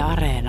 Areena.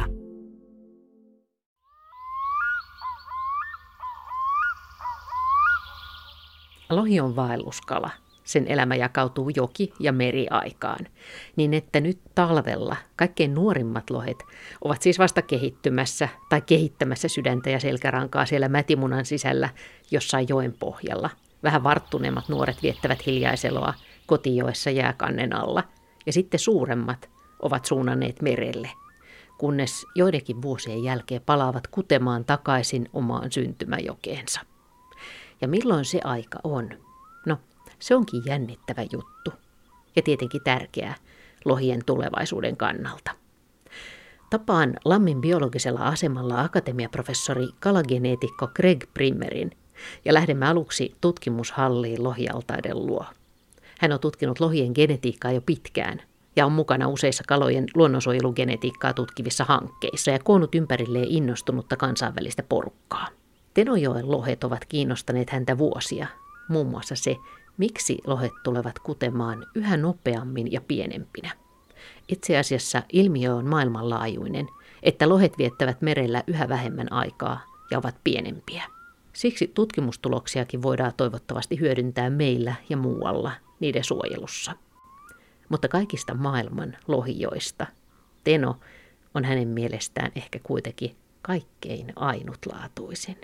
Lohi on vaelluskala. Sen elämä jakautuu joki- ja meriaikaan, niin että nyt talvella kaikkein nuorimmat lohet ovat siis vasta kehittymässä tai kehittämässä sydäntä ja selkärankaa siellä mätimunan sisällä jossain joen pohjalla. Vähän varttuneemmat nuoret viettävät hiljaiseloa kotijoessa jääkannen alla, ja sitten suuremmat ovat suunnanneet merelle, kunnes joidenkin vuosien jälkeen palaavat kutemaan takaisin omaan syntymäjokeensa. Ja milloin se aika on? No, se onkin jännittävä juttu ja tietenkin tärkeää lohien tulevaisuuden kannalta. Tapaan Lammin biologisella asemalla akatemiaprofessori kalageneetikko Greg Brimmerin ja lähdemme aluksi tutkimushalliin lohialtaiden luo. Hän on tutkinut lohien genetiikkaa jo pitkään ja on mukana useissa kalojen luonnonsuojelugenetiikkaa tutkivissa hankkeissa ja koonnut ympärilleen innostunutta kansainvälistä porukkaa. Tenojoen lohet ovat kiinnostaneet häntä vuosia, muun muassa se, miksi lohet tulevat kutemaan yhä nopeammin ja pienempinä. Itse asiassa ilmiö on maailmanlaajuinen, että lohet viettävät merellä yhä vähemmän aikaa ja ovat pienempiä. Siksi tutkimustuloksiakin voidaan toivottavasti hyödyntää meillä ja muualla niiden suojelussa. Mutta kaikista maailman lohijoista Teno on hänen mielestään ehkä kuitenkin kaikkein ainutlaatuisin.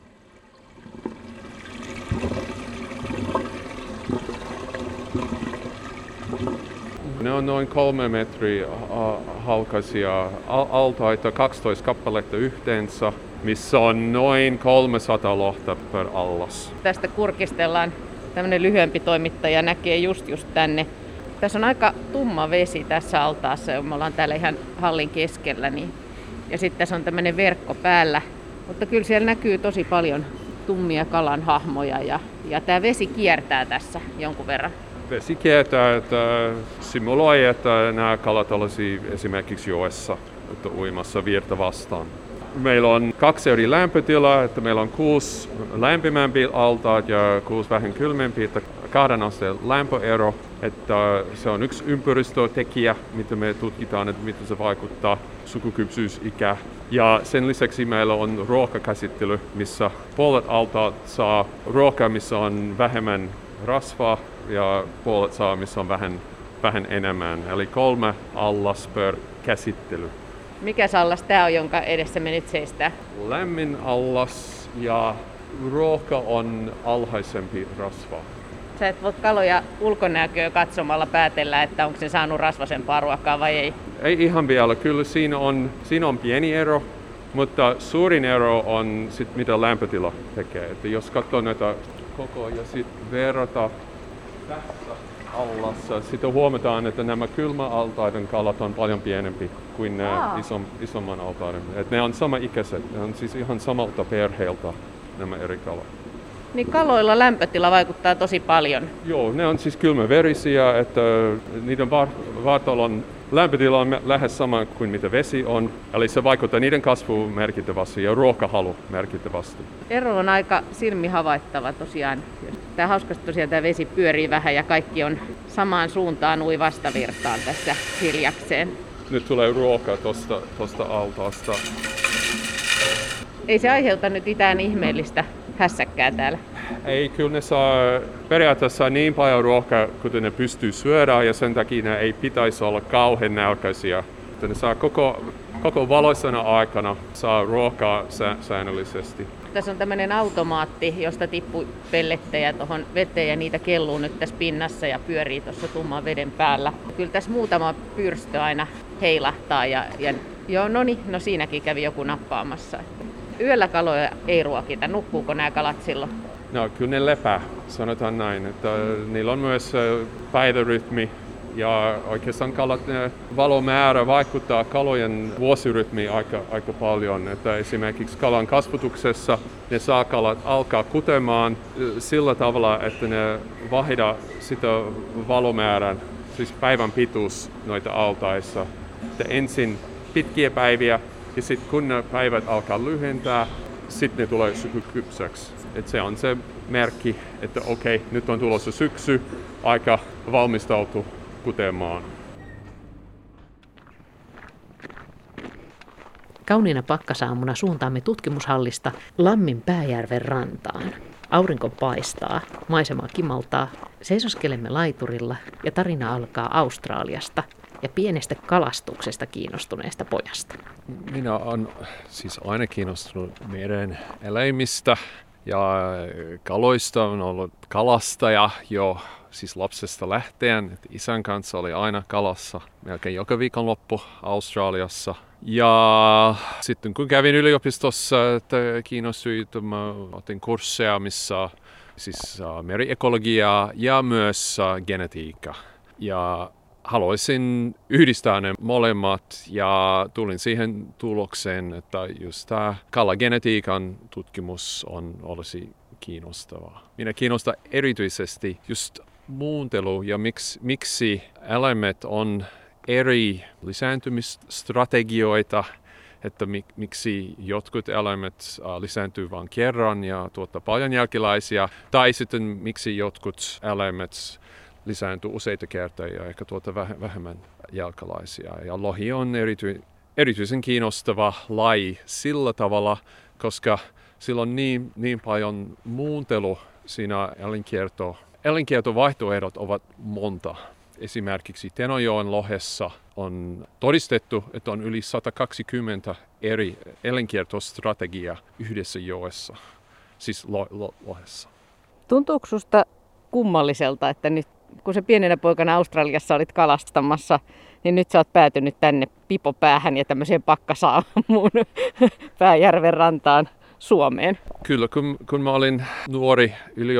Ne on noin 3 metriä halkaisia altaita, 12 kappaletta yhteensä, missä on noin 300 lohta per allas. Tästä kurkistellaan. Tämmöinen lyhyempi toimittaja näkee just tänne. Tässä on aika tumma vesi tässä altaassa, me ollaan täällä ihan hallin keskellä. Ja sitten tässä on tämmöinen verkko päällä, mutta kyllä siellä näkyy tosi paljon tummia kalan hahmoja ja tämä vesi kiertää tässä jonkun verran. Vesi kiertää, että simuloi, että nämä kalat olisi esimerkiksi joessa uimassa virta vastaan. Meillä on 2 eri lämpötilaa, että meillä on 6 lämpimämpi altaat ja 6 vähän kylmempi, että 2 asteen lämpöero, että se on yksi ympäristötekijä, mitä me tutkitaan, että miten se vaikuttaa sukukypsyysikään. Ja sen lisäksi meillä on ruokakäsittely, missä puolet altaat saa ruokaa, missä on vähemmän rasvaa ja puolet saa, missä on vähän enemmän. Eli 3 allas per käsittely. Mikäs allas tämä on, jonka edessä me nyt seistää? Lämmin allas ja ruoka on alhaisempi rasva. Sä et voi kaloja ulkonäköä katsomalla päätellä, että onko se saanut rasvasempaa ruokaa vai ei? Ei ihan vielä. Kyllä siinä on pieni ero, mutta suurin ero on sit, mitä lämpötila tekee. Että jos katsoo näitä koko ja sitten verrata tässä allassa, sitten huomataan, että nämä kylmäaltaiden kalat on paljon pienempi kuin nämä isomman altaiden. Että ne on sama-ikäiset, ne on siis ihan samalta perheeltä nämä eri kalat. Niin kaloilla lämpötila vaikuttaa tosi paljon. Joo, ne on siis kylmäverisiä, että niiden vartalon lämpötila on lähes sama kuin mitä vesi on. Eli se vaikuttaa niiden kasvuun merkittävästi ja ruokahalu merkittävästi. Ero on aika silmihavaittava tosiaan. Tämä hauskasti tosiaan tämä vesi pyörii vähän ja kaikki on samaan suuntaan ui vastavirtaan tässä hiljakseen. Nyt tulee ruoka tuosta altaasta. Ei se aiheuta nyt mitään ihmeellistä hässäkkää täällä. Ei, kyllä ne saa periaatteessa niin paljon ruokaa, kuten ne pystyy syödään, ja sen takia ne ei pitäisi olla kauhean nälkäisiä. Ne saa koko valoisena aikana saa ruokaa säännöllisesti. Tässä on tämmöinen automaatti, josta tippuu pellettejä tuohon veteen ja niitä kelluu nyt tässä pinnassa ja pyörii tuossa tumman veden päällä. Kyllä tässä muutama pyrstö aina heilahtaa no siinäkin kävi joku nappaamassa. Yöllä kaloja ei ruokita. Nukkuuko nämä kalat silloin? No kyllä ne lepää, sanotaan näin. Että niillä on myös päivärytmi ja oikeastaan valomäärä vaikuttaa kalojen vuosirytmiin aika paljon. Että esimerkiksi kalan kasvatuksessa ne saakalat alkaa kutemaan sillä tavalla, että ne vaihdaa sitä valomäärän, siis päivän pituus noita altaissa. Että ensin pitkiä päiviä ja sitten kun ne päivät alkaa lyhentää, sitten ne tulee sukukypsäksi. Et se on se merkki, että okei, nyt on tulossa syksy, aika valmistautu kutemaan. Kauniina pakkasaamuna suuntaamme tutkimushallista Lammin Pääjärven rantaan. Aurinko paistaa, maisema kimaltaa, seisoskelemme laiturilla ja tarina alkaa Australiasta ja pienestä kalastuksesta kiinnostuneesta pojasta. Minä olen siis aina kiinnostunut meren eläimistä ja kaloista. Olen ollut kalastaja jo siis lapsesta lähtien. Että isän kanssa oli aina kalassa melkein joka viikonloppu Australiassa. Ja sitten kun kävin yliopistossa, että kiinnostuin, että mä otin kursseja, missä siis meriekologiaa ja myös genetiikka. Ja haluaisin yhdistää ne molemmat ja tulin siihen tulokseen, että just tämä kalagenetiikan tutkimus olisi kiinnostavaa. Minä kiinnostaa erityisesti just muuntelu ja miksi eläimet on eri lisääntymisstrategioita, että miksi jotkut eläimet lisääntyy vain kerran ja tuottaa paljon jälkeläisiä, tai sitten miksi jotkut eläimet lisääntyy useita kertoja ja ehkä tuottaa vähemmän jälkeläisiä. Ja lohi on erityisen kiinnostava laji sillä tavalla, koska sillä on niin paljon muuntelu siinä elinkiertovaihtoehdot ovat monta. Esimerkiksi Tenojoen lohessa on todistettu, että on yli 120 eri elinkiertostrategiaa yhdessä joessa, siis lohessa. Tuntuuko susta kummalliselta, että nyt kun sä pienenä poikana Australiassa olit kalastamassa, niin nyt sä oot päätynyt tänne pipopäähän ja tämmöiseen pakkasaamuun Pääjärven rantaan Suomeen? Kyllä, kun mä olin nuori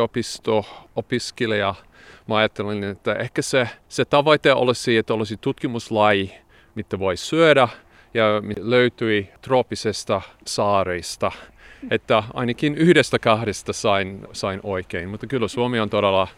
yliopisto-opiskelija, mä ajattelin, että ehkä se tavoite olisi, että olisi tutkimuslaji, mitä voi syödä ja löytyi trooppisesta saarista. Että ainakin 1-2 sain oikein, mutta kyllä Suomi on todella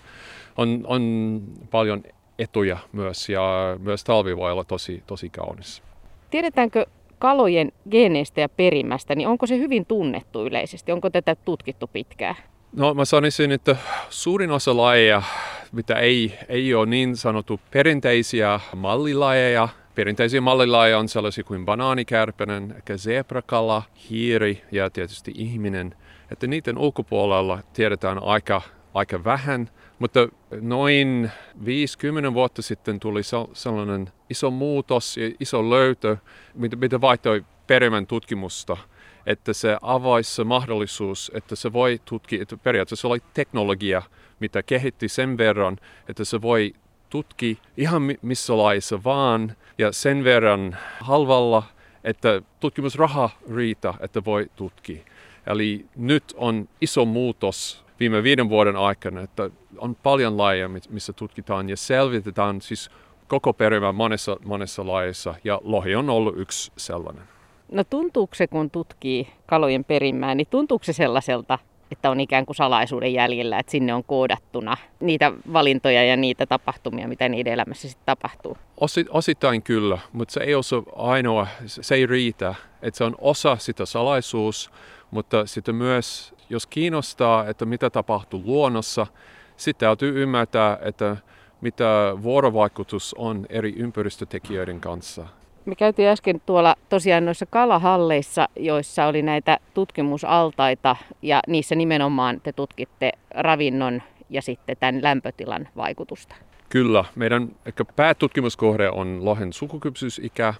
on paljon etuja myös ja myös talvi voi olla tosi kaunis. Tiedetäänkö kalojen geeneistä ja perimästä, niin onko se hyvin tunnettu yleisesti? Onko tätä tutkittu pitkään? No mä sanoisin, että suurin osa lajeja, mitä ei ole niin sanottu perinteisiä mallilajeja. Perinteisiä mallilajeja on sellaisia kuin banaanikärpänen, ehkä zebrakala, hiiri ja tietysti ihminen. Että niiden ulkopuolella tiedetään aika vähän, mutta noin 50 vuotta sitten tuli sellainen iso muutos ja iso löytö, mitä vaihtoi perimän tutkimusta. Että se avaisi mahdollisuus, että se voi tutkia, että periaatteessa oli teknologia, mitä kehitti sen verran, että se voi tutkia ihan missä lajissa vaan ja sen verran halvalla, että tutkimusraha riitä, että voi tutkia. Eli nyt on iso muutos viime 5 vuoden aikana, että on paljon lajeja, missä tutkitaan ja selvitetään siis koko perimä monessa lajissa ja lohi on ollut yksi sellainen. No tuntuuko se, kun tutkii kalojen perimää, niin tuntuuko se sellaiselta, että on ikään kuin salaisuuden jäljellä, että sinne on koodattuna niitä valintoja ja niitä tapahtumia, mitä niiden elämässä sitten tapahtuu? Osittain kyllä, mutta se ei ole se ainoa, se ei riitä. Että se on osa sitä salaisuus, mutta sitten myös, jos kiinnostaa, että mitä tapahtuu luonnossa, sitten täytyy ymmärtää, että mitä vuorovaikutus on eri ympäristötekijöiden kanssa. Me käytiin äsken tuolla tosiaan noissa kalahalleissa, joissa oli näitä tutkimusaltaita ja niissä nimenomaan te tutkitte ravinnon ja sitten tämän lämpötilan vaikutusta. Kyllä. Meidän ehkä päätutkimuskohde on lohen sukukypsyysikä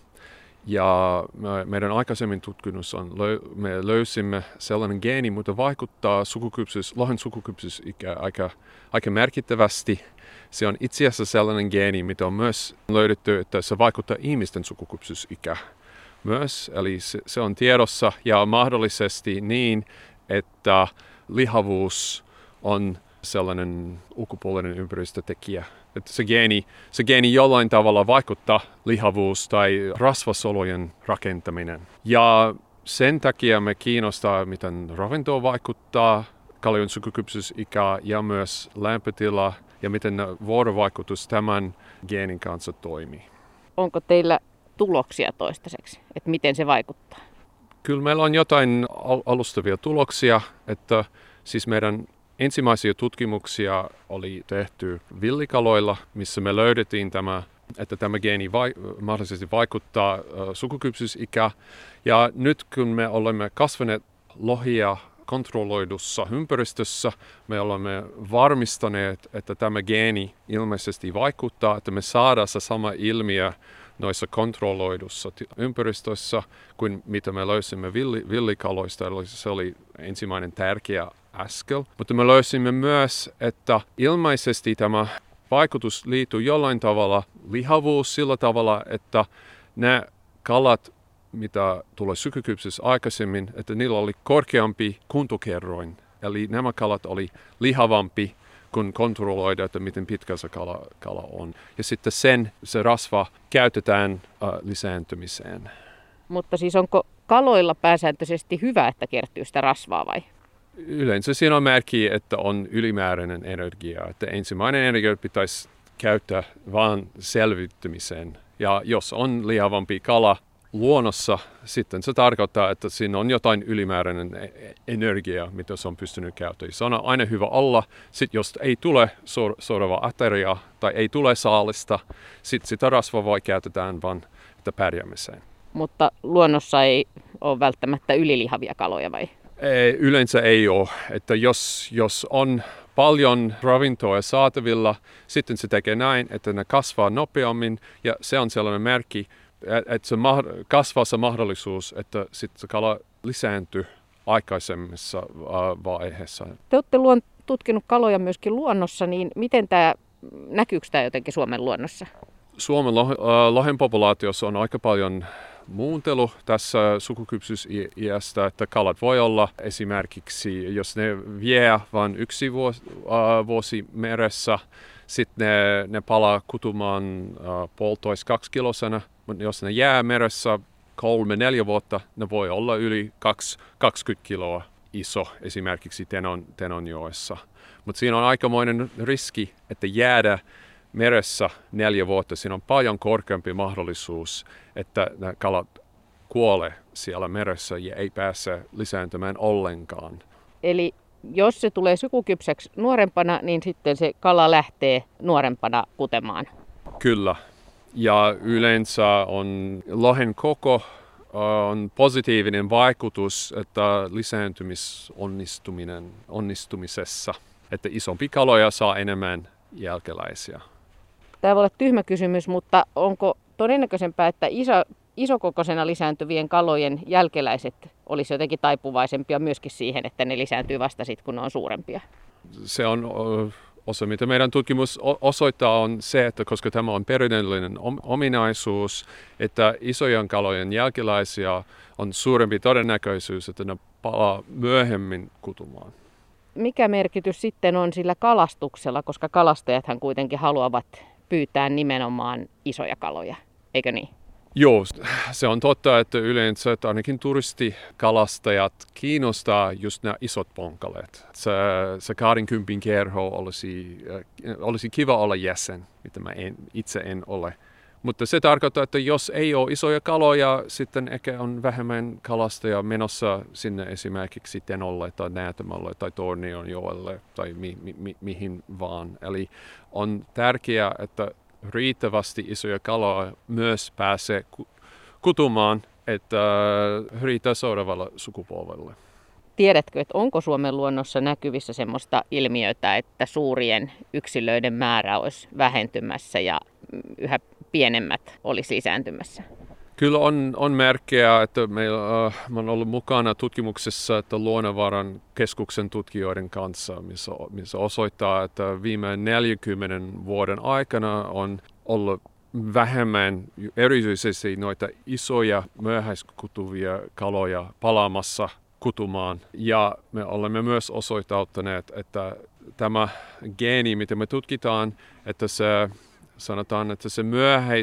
ja meidän aikaisemmin tutkimus on, me löysimme sellainen geeni, mutta vaikuttaa lohen sukukypsyysikää aika merkittävästi. Se on itse asiassa sellainen geeni, mitä on myös löydetty, että se vaikuttaa ihmisten sukukypsyysikään myös. Eli se on tiedossa ja mahdollisesti niin, että lihavuus on sellainen ulkopuolinen ympäristötekijä. Että se geeni jollain tavalla vaikuttaa lihavuus tai rasvasolujen rakentaminen. Ja sen takia me kiinnostaa, miten ravinto vaikuttaa kalojen sukukypsyysikää ja myös lämpötila ja miten vuorovaikutus tämän geenin kanssa toimii. Onko teillä tuloksia toistaiseksi, että miten se vaikuttaa? Kyllä meillä on jotain alustavia tuloksia, että siis meidän ensimmäisiä tutkimuksia oli tehty villikaloilla, missä me löydettiin tämä että tämä geeni mahdollisesti vaikuttaa sukukypsyysikään. Ja nyt kun me olemme kasvaneet lohia kontrolloidussa ympäristössä, me olemme varmistaneet, että tämä geeni ilmeisesti vaikuttaa, että me saadaan se sama ilmiö noissa kontrolloidussa ympäristöissä kuin mitä me löysimme villikaloista. Eli se oli ensimmäinen tärkeä askel. Mutta me löysimme myös, että ilmeisesti tämä vaikutus liittyy jollain tavalla lihavuus sillä tavalla, että ne kalat, mitä tulee sukukypsyys aikaisemmin, että niillä oli korkeampi kuntokerroin. Eli nämä kalat oli lihavampi, kun kontrolloida, että miten pitkä se kala on. Ja sitten se rasva käytetään lisääntymiseen. Mutta siis onko kaloilla pääsääntöisesti hyvä, että kertyy sitä rasvaa vai? Yleensä siinä on merkki, että on ylimääräinen energia. Että ensimmäinen energia pitäisi käyttää vain selviytymiseen. Ja jos on lihavampi kala luonnossa, sitten se tarkoittaa, että siinä on jotain ylimääräinen energia, mitä se on pystynyt käyttämään. Se on aina hyvä olla. Sitten jos ei tule seuraava ateria tai ei tule saalista, sitten sitä rasvaa voi käytetään vain pärjäämiseen. Mutta luonnossa ei ole välttämättä ylilihavia kaloja vai? Yleensä ei ole. Että jos on paljon ravintoa saatavilla, sitten se tekee näin, että ne kasvaa nopeammin ja se on sellainen merkki, että se kasvaa se mahdollisuus, että sitten se kala lisääntyy aikaisemmissa vaiheessa. Te olette tutkinut kaloja myöskin luonnossa, niin miten näkyykö tämä jotenkin Suomen luonnossa? Suomen lohen populaatiossa on aika paljon muuntelu tässä sukukypsyysiästä, että kalat voi olla esimerkiksi, jos ne vie vain yksi vuosi meressä, sitten ne palaa kutumaan 1,5–2 kilosena, mutta jos ne jää meressä 3–4 vuotta, ne voi olla yli 20 kiloa iso esimerkiksi Tenonjoessa. Mutta siinä on aikamoinen riski, että jäädä meressä 4 vuotta, siinä on paljon korkeampi mahdollisuus, että nämä kalat kuolee siellä meressä ja ei pääse lisääntymään ollenkaan. Eli jos se tulee sukukypsäksi nuorempana, niin sitten se kala lähtee nuorempana kutemaan. Kyllä. Ja yleensä on lohen koko on positiivinen vaikutus, että lisääntymisonnistumisessa, että isompi kaloja saa enemmän jälkeläisiä. Tämä voi olla tyhmä kysymys, mutta onko todennäköisempää, että isokokoisena lisääntyvien kalojen jälkeläiset olisi jotenkin taipuvaisempia myöskin siihen, että ne lisääntyy vasta sitten, kun ne on suurempia? Se on osa, mitä meidän tutkimus osoittaa, on se, että koska tämä on perinnöllinen ominaisuus, että isojen kalojen jälkeläisiä on suurempi todennäköisyys, että ne palaa myöhemmin kutumaan. Mikä merkitys sitten on sillä kalastuksella, koska kalastajathan kuitenkin haluavat pyytää nimenomaan isoja kaloja, eikö niin? Joo, se on totta, että yleensä että ainakin turistikalastajat kiinnostaa just nämä isot ponkaleet. Se 20 kerho olisi kiva olla jäsen, mitä mä itse en ole. Mutta se tarkoittaa, että jos ei ole isoja kaloja, sitten ehkä on vähemmän kalastajia menossa sinne esimerkiksi Tenolle tai Näätämälle tai Tornionjoelle tai mihin vaan. Eli on tärkeää, että riittävästi isoja kaloja myös pääsee kutumaan, että riittää seuraavalle sukupolvelle. Tiedätkö, että onko Suomen luonnossa näkyvissä semmoista ilmiötä, että suurien yksilöiden määrä olisi vähentymässä ja yhä pienemmät olisi lisääntymässä? Kyllä on merkkejä, että meillä on ollut mukana tutkimuksessa että Luonnonvaran keskuksen tutkijoiden kanssa, missä osoittaa, että viime 40 vuoden aikana on ollut vähemmän erityisesti noita isoja myöhäiskutuvia kaloja palaamassa kutumaan. Ja me olemme myös osoittaneet, että tämä geeni, mitä me tutkitaan, että sanotaan, että se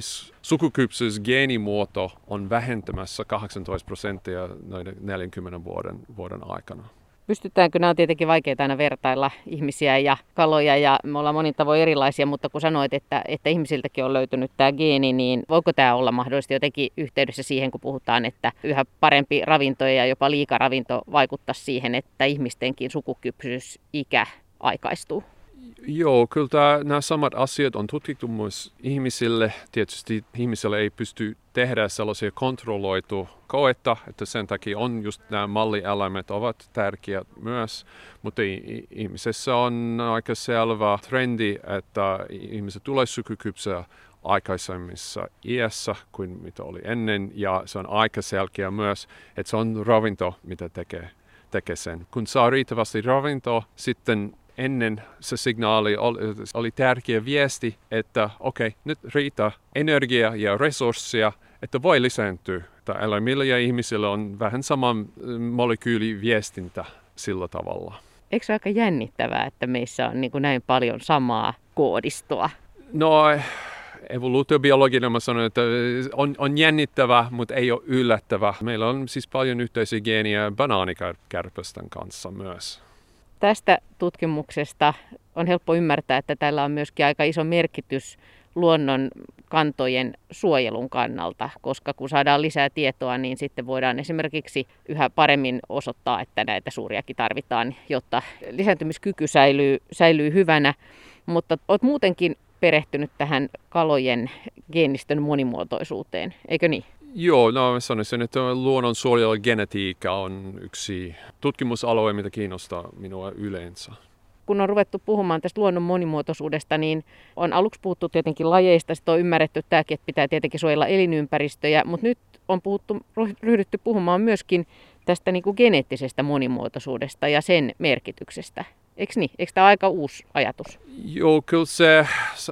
sukukypsyysgeenimuoto on vähentämässä 18% noiden 40 vuoden aikana. Pystytäänkö, nämä on tietenkin vaikeita aina vertailla ihmisiä ja kaloja ja me ollaan monin tavoin erilaisia, mutta kun sanoit, että ihmisiltäkin on löytynyt tämä geeni, niin voiko tämä olla mahdollisesti jotenkin yhteydessä siihen, kun puhutaan, että yhä parempi ravinto ja jopa liikaravinto vaikuttaa siihen, että ihmistenkin sukukypsyysikä aikaistuu? Joo, kyllä nämä samat asiat on tutkittu myös ihmisille. Tietysti ihmisille ei pysty tehdä sellaisia kontrolloitu koetta, että sen takia on just nämä mallieläimet ovat tärkeät myös, mutta ihmisessä on aika selvä trendi, että ihmiset tulee sukukypsää aikaisemmissa iässä kuin mitä oli ennen, ja se on aika selkeä myös, että se on ravinto, mitä tekee sen. Kun saa riittävästi ravintoa, sitten ennen se signaali oli tärkeä viesti, että okei, nyt riittää energiaa ja resursseja, että voi lisääntyä. Eläimillä ja ihmisillä on vähän sama molekyyliviestintä sillä tavalla. Eikö se ole aika jännittävää, että meissä on niin kuin näin paljon samaa koodistoa? No, evoluutiobiologina mä sanon, että on jännittävää, mutta ei ole yllättävää. Meillä on siis paljon yhteisiä geenejä banaanikärpästen kanssa myös. Tästä tutkimuksesta on helppo ymmärtää, että tällä on myöskin aika iso merkitys luonnon kantojen suojelun kannalta, koska kun saadaan lisää tietoa, niin sitten voidaan esimerkiksi yhä paremmin osoittaa, että näitä suuriakin tarvitaan, jotta lisääntymiskyky säilyy hyvänä. Mutta olet muutenkin perehtynyt tähän kalojen geenistön monimuotoisuuteen, eikö niin? Joo, no mä sanoisin, että luonnonsuojelu ja genetiikka on yksi tutkimusalue, mitä kiinnostaa minua yleensä. Kun on ruvettu puhumaan tästä luonnon monimuotoisuudesta, niin on aluksi puhuttu tietenkin lajeista, sitten on ymmärretty tämäkin, että pitää tietenkin suojella elinympäristöjä, mutta nyt on ryhdytty puhumaan myöskin tästä niin kuin geneettisestä monimuotoisuudesta ja sen merkityksestä. Eikö niin? Eikö tämä aika uusi ajatus? Joo, kyllä se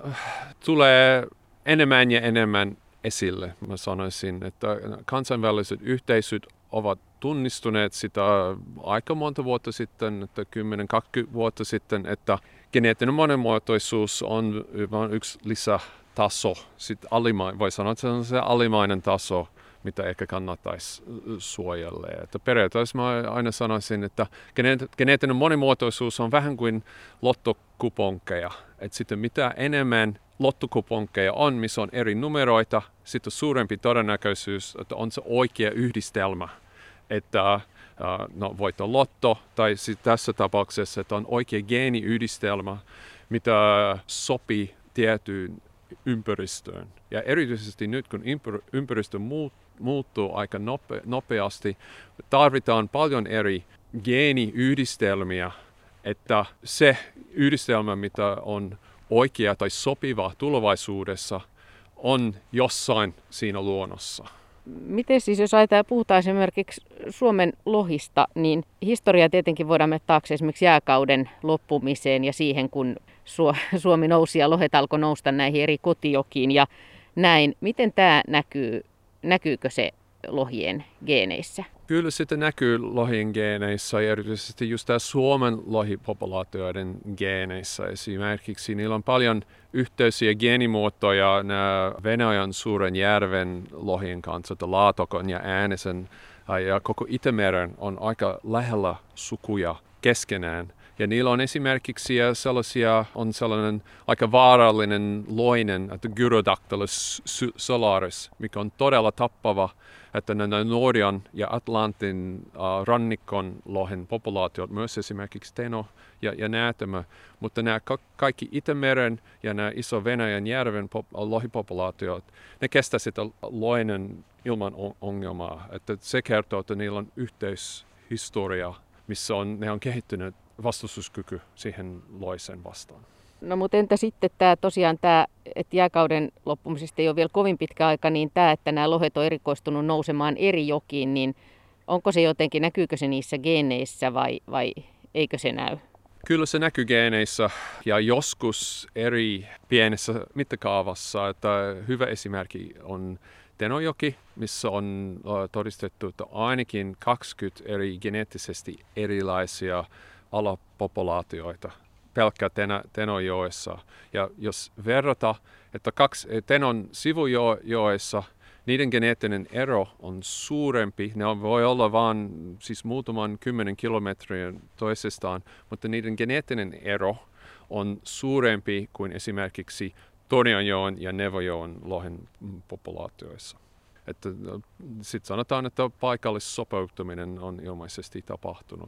tulee enemmän ja enemmän esille. Mä sanoisin, että kansainväliset yhteisöt ovat tunnistuneet sitä aika monta vuotta sitten, että 10-20 vuotta sitten, että geneettinen monimuotoisuus on vain yksi lisätaso. Sitten voi sanoa, että se on se alimainen taso, mitä ehkä kannattaisi suojella. Että periaatteessa mä aina sanoisin, että geneettinen monimuotoisuus on vähän kuin lottokuponkeja. Että sitten mitä enemmän lottokuponkeja on, missä on eri numeroita, sitten suurempi todennäköisyys, että on se oikea yhdistelmä. Että voitto lotto, tai tässä tapauksessa, että on oikea geeniyhdistelmä, mitä sopii tiettyyn ympäristöön. Ja erityisesti nyt, kun ympäristö muuttuu aika nopeasti, tarvitaan paljon eri geeniyhdistelmiä, että se yhdistelmä, mitä on oikea tai sopiva tulevaisuudessa, on jossain siinä luonnossa. Miten siis, jos puhutaan esimerkiksi Suomen lohista, niin historia tietenkin voidaan mennä taakse esimerkiksi jääkauden loppumiseen ja siihen, kun Suomi nousi ja lohet alkoi nousta näihin eri kotijokiin ja näin. Miten tämä näkyykö se lohien geeneissä? Kyllä sitä näkyy lohien geeneissä ja erityisesti just tämä Suomen lohipopulaatioiden geeneissä. Esimerkiksi niillä on paljon yhteisiä geenimuotoja Venäjän suuren järven lohien kanssa, että Laatokon ja Äänesen ja koko Itämeren on aika lähellä sukuja keskenään. Ja niillä on esimerkiksi sellainen aika vaarallinen loinen, että Gyrodactylus solaris, mikä on todella tappava, että nämä Norjan ja Atlantin rannikon lohen populaatiot, myös esimerkiksi teno ja näätämö, mutta nämä kaikki Itämeren ja nämä Iso-Venäjän järven lohipopulaatiot, ne kestää sitä loinen ilman ongelmaa. Että se kertoo, että niillä on yhteishistoria, missä ne on kehittynyt vastustuskyky siihen loisen vastaan. No mutta entä sitten tämä, että jääkauden loppumisesta ei ole vielä kovin pitkä aika, niin tämä, että nämä lohet on erikoistunut nousemaan eri jokiin, niin onko se jotenkin, näkyykö se niissä geeneissä vai eikö se näy? Kyllä se näkyy geeneissä ja joskus eri pienessä mittakaavassa, että hyvä esimerkki on Tenojoki, missä on todistettu, että ainakin 20 geneettisesti erilaisia alapopulaatioita pelkkä Tenojoessa. Ja jos verrata, että Tenon sivujoessa, niiden geneettinen ero on suurempi. Ne voi olla vain siis muutaman 10 kilometrin toisestaan, mutta niiden geneettinen ero on suurempi kuin esimerkiksi Tornionjoen ja Nevojoen lohen populaatioissa. Sitten sanotaan, että paikallissopeutuminen on ilmeisesti tapahtunut.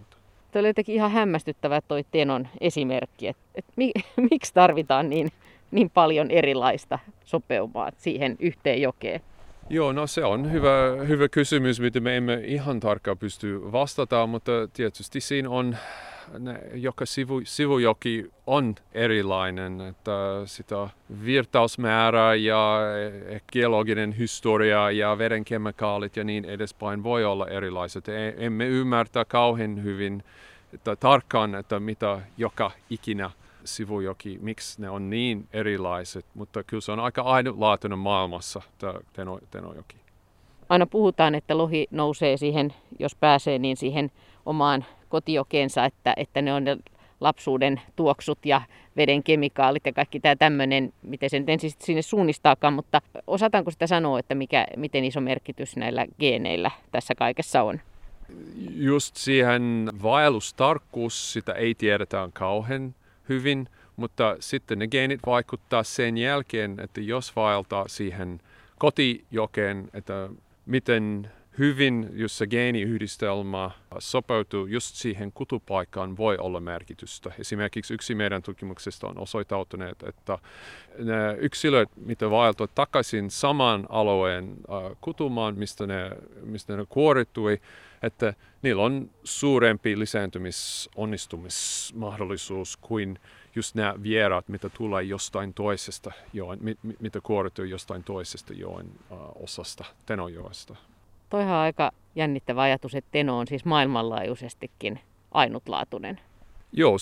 Tuo oli jotenkin ihan hämmästyttävä toi Tenon esimerkki, että miksi tarvitaan niin paljon erilaista sopeumaa siihen yhteen jokeen. Joo, no se on hyvä kysymys, mitä me emme ihan tarkkaan pysty vastata, mutta tietysti siinä on, joka sivujoki on erilainen, että sitä virtausmäärä ja geologinen historia ja veden kemikaalit ja niin edespäin voi olla erilaiset. Emme ymmärtää kauhean hyvin tarkkaan, että mitä joka ikinä sivujoki, miksi ne on niin erilaiset, mutta kyllä se on aika ainutlaatuinen maailmassa, tämä Tenojoki. Aina puhutaan, että lohi nousee siihen, jos pääsee, niin siihen omaan kotijokeensa, että ne on ne lapsuuden tuoksut ja veden kemikaalit ja kaikki tämä tämmöinen, miten se nyt ensin sinne suunnistaakaan, mutta osataanko sitä sanoa, että miten iso merkitys näillä geeneillä tässä kaikessa on? Just siihen vaellustarkkuus, sitä ei tiedetä kauhean hyvin, mutta sitten ne geenit vaikuttaa sen jälkeen, että jos vaeltaa siihen kotijokeen, että miten hyvin, jos se geeniyhdistelmä sopeutuu just siihen kutupaikkaan, voi olla merkitystä. Esimerkiksi yksi meidän tutkimuksesta on osoittautunut, että ne yksilöt, mitä vaeltaa takaisin saman alueen kutumaan, mistä ne kuorittui, että niillä on suurempi lisääntymisonnistumismahdollisuus kuin just nämä vieraat, mitä tulee jostain toisesta joen, mitä kuorittui jostain toisesta joen osasta, Tenojoesta. Toihan on aika jännittävä ajatus, että Teno on siis maailmanlaajuisestikin ainutlaatuinen. Joo,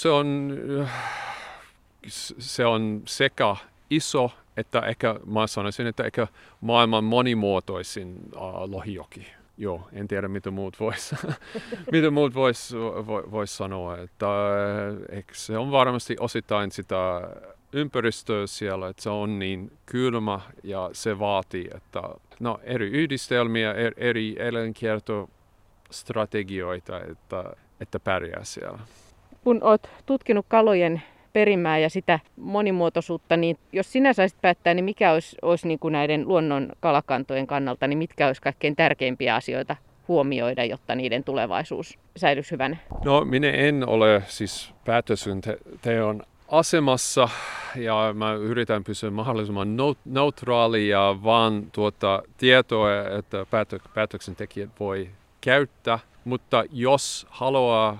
se on sekä iso, että ehkä mä sanoisin, että ehkä maailman monimuotoisin lohijoki. Joo, en tiedä mitä muut vois sanoa, että se on varmasti osittain sitä ympäristöä siellä, että se on niin kylmä ja se vaatii, että eri yhdistelmiä, eri elinkiertostrategioita, että pärjää siellä. Kun olet tutkinut kalojen perimää ja sitä monimuotoisuutta, niin jos sinä saisit päättää, niin mikä olisi niin kuin näiden luonnon kalakantojen kannalta, niin mitkä olisi kaikkein tärkeimpiä asioita huomioida, jotta niiden tulevaisuus säilyisi hyvänä? No, minä en ole siis päätöksenteon asemassa ja mä yritän pysyä mahdollisimman neutraali ja vaan tietoa, että päätöksentekijät voi käyttää, mutta jos haluaa,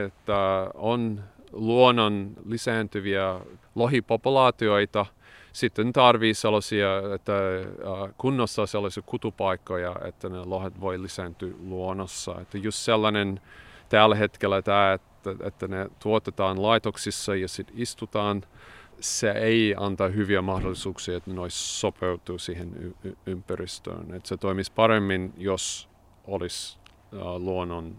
että on luonnon lisääntyviä lohipopulaatioita, sitten tarvii sellaisia, että kunnossa sellaisia kutupaikkoja, että ne lohet voi lisääntyä luonnossa. Että just sellainen tällä hetkellä tämä, että ne tuotetaan laitoksissa ja sitten istutaan, se ei anta hyviä mahdollisuuksia, että ne sopeutuu siihen ympäristöön. Että se toimisi paremmin, jos olisi luonnon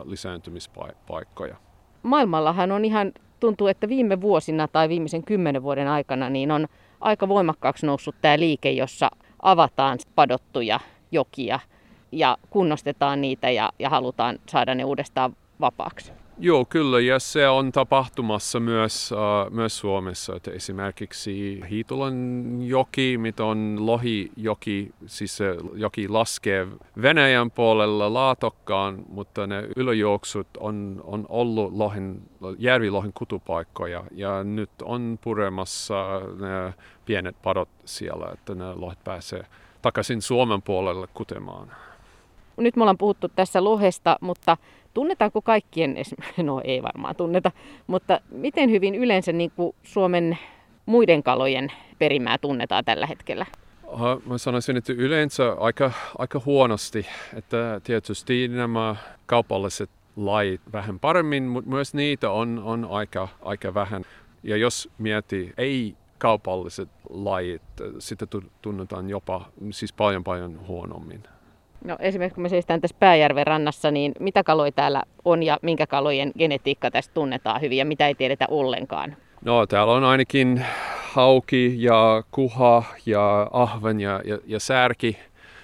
lisääntymispaikkoja. Maailmallahan on tuntuu, että viime vuosina tai viimeisen 10 vuoden aikana niin on aika voimakkaaksi noussut tämä liike, jossa avataan padottuja jokia ja kunnostetaan niitä ja halutaan saada ne uudestaan vapaaksi. Joo, kyllä, ja se on tapahtumassa myös Suomessa. Että esimerkiksi Hiitolan joki, mitä on lohijoki, siis se joki laskee Venäjän puolella Laatokkaan, mutta ne yläjuoksut on ollut järvilohen kutupaikkoja, ja nyt on puremassa ne pienet padot siellä, että ne lohet pääsee takaisin Suomen puolelle kutemaan. Nyt me ollaan puhuttu tässä lohesta, mutta tunnetaanko kaikkien, no ei varmaan tunneta, mutta miten hyvin yleensä niin kuin Suomen muiden kalojen perimää tunnetaan tällä hetkellä? Mä sanoisin, että yleensä aika huonosti, että tietysti nämä kaupalliset lajit vähän paremmin, mutta myös niitä on aika vähän. Ja jos miettii ei-kaupalliset lajit, sitä tunnetaan jopa siis paljon huonommin. No esimerkiksi kun me seistään tässä Pääjärven rannassa, niin mitä kaloja täällä on ja minkä kalojen genetiikka tästä tunnetaan hyvin ja mitä ei tiedetä ollenkaan? No täällä on ainakin hauki ja kuha ja ahven ja särki.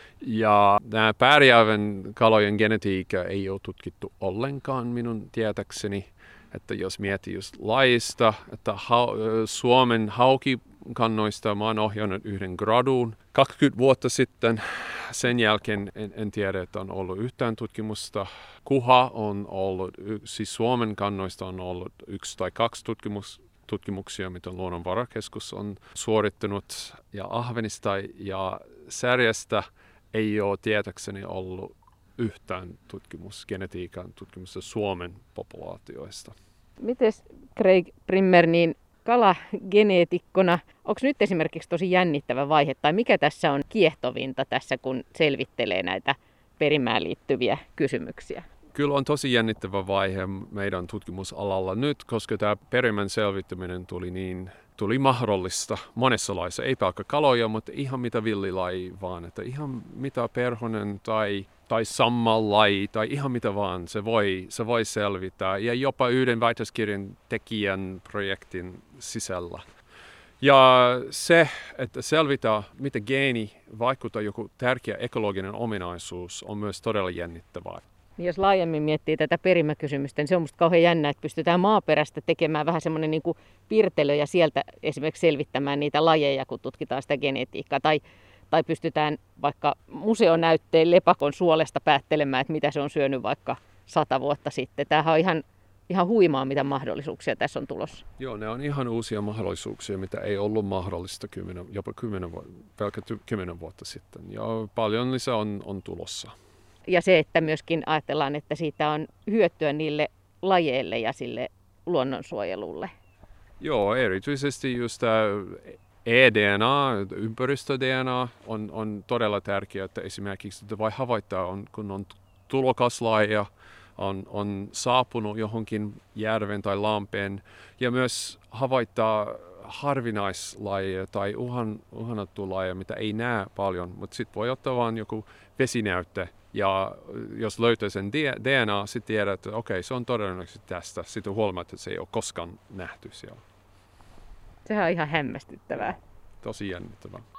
Ja nämä Pääjärven kalojen genetiikka ei ole tutkittu ollenkaan minun tietäkseni. Että jos miettii just lajista, että Suomen hauki kannoista. Mä oon ohjannut yhden graduun 20 vuotta sitten. Sen jälkeen en tiedä, että on ollut yhtään tutkimusta. KUHA on ollut, siis Suomen kannoista on ollut 1 tai 2 tutkimuksia, mitä Luonnonvarakeskus on suorittanut. Ja ahvenista ja särjestä ei ole tietääkseni ollut yhtään genetiikan tutkimusta Suomen populaatioista. Mites Craig Brimmer, niin kalageneetikkona, onko nyt esimerkiksi tosi jännittävä vaihe, tai mikä tässä on kiehtovinta tässä, kun selvittelee näitä perimään liittyviä kysymyksiä? Kyllä on tosi jännittävä vaihe meidän tutkimusalalla nyt, koska tämä perimän selvittäminen tuli mahdollista monessa laissa. Ei pelkkä kaloja, mutta ihan mitä villilaji vaan. Että ihan mitä perhonen tai sammallaji tai ihan mitä vaan se voi selvittää. Ja jopa yhden väitöskirjan tekijän projektin sisällä. Ja se, että selvitään, mitä geeni vaikuttaa joku tärkeä ekologinen ominaisuus, on myös todella jännittävää. Jos laajemmin miettii tätä perimäkysymystä, niin se on musta kauhean jännä, että pystytään maaperästä tekemään vähän semmoinen niin kuin pirtelö ja sieltä esimerkiksi selvittämään niitä lajeja, kun tutkitaan sitä genetiikkaa. Tai pystytään vaikka museonäytteen lepakon suolesta päättelemään, että mitä se on syönyt vaikka 100 vuotta sitten. Tämähän on ihan huimaa, mitä mahdollisuuksia tässä on tulossa. Joo, ne on ihan uusia mahdollisuuksia, mitä ei ollut mahdollista jopa 10 vuotta sitten. Ja paljon lisää on tulossa. Ja se, että myöskin ajatellaan, että siitä on hyötyä niille lajeille ja sille luonnonsuojelulle. Joo, erityisesti just tämä eDNA, ympäristö-DNA on todella tärkeää, että esimerkiksi että voi havaittaa, kun on tulokaslajeja, on saapunut johonkin järven tai lampeen, ja myös havaittaa harvinaislajeja tai uhanattu lajeja, mitä ei näe paljon, mutta sitten voi ottaa vain joku vesinäytte. Ja jos löytää sen DNA, sitten tiedät, että okei, se on todennäköisesti tästä. Sitten huolimatta, että se ei ole koskaan nähty siellä. Sehän on ihan hämmästyttävää. Tosi jännittävää.